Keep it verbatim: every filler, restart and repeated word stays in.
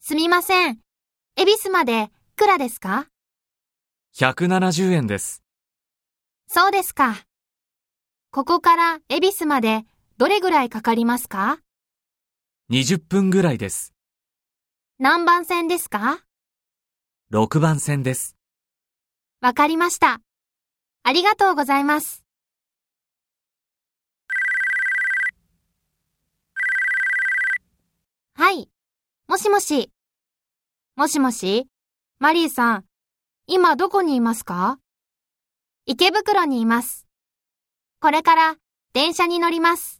すみません。恵比寿までいくらですか？ ひゃくななじゅうえんです。 そうですか。ここから恵比寿までどれぐらいかかりますか？ にじゅっぷんぐらいです。 何番線ですか？ ろくばん線です。 わかりました。ありがとうございます。はい。もしもし。もしもし。マリーさん、今どこにいますか？池袋にいます。これから電車に乗ります。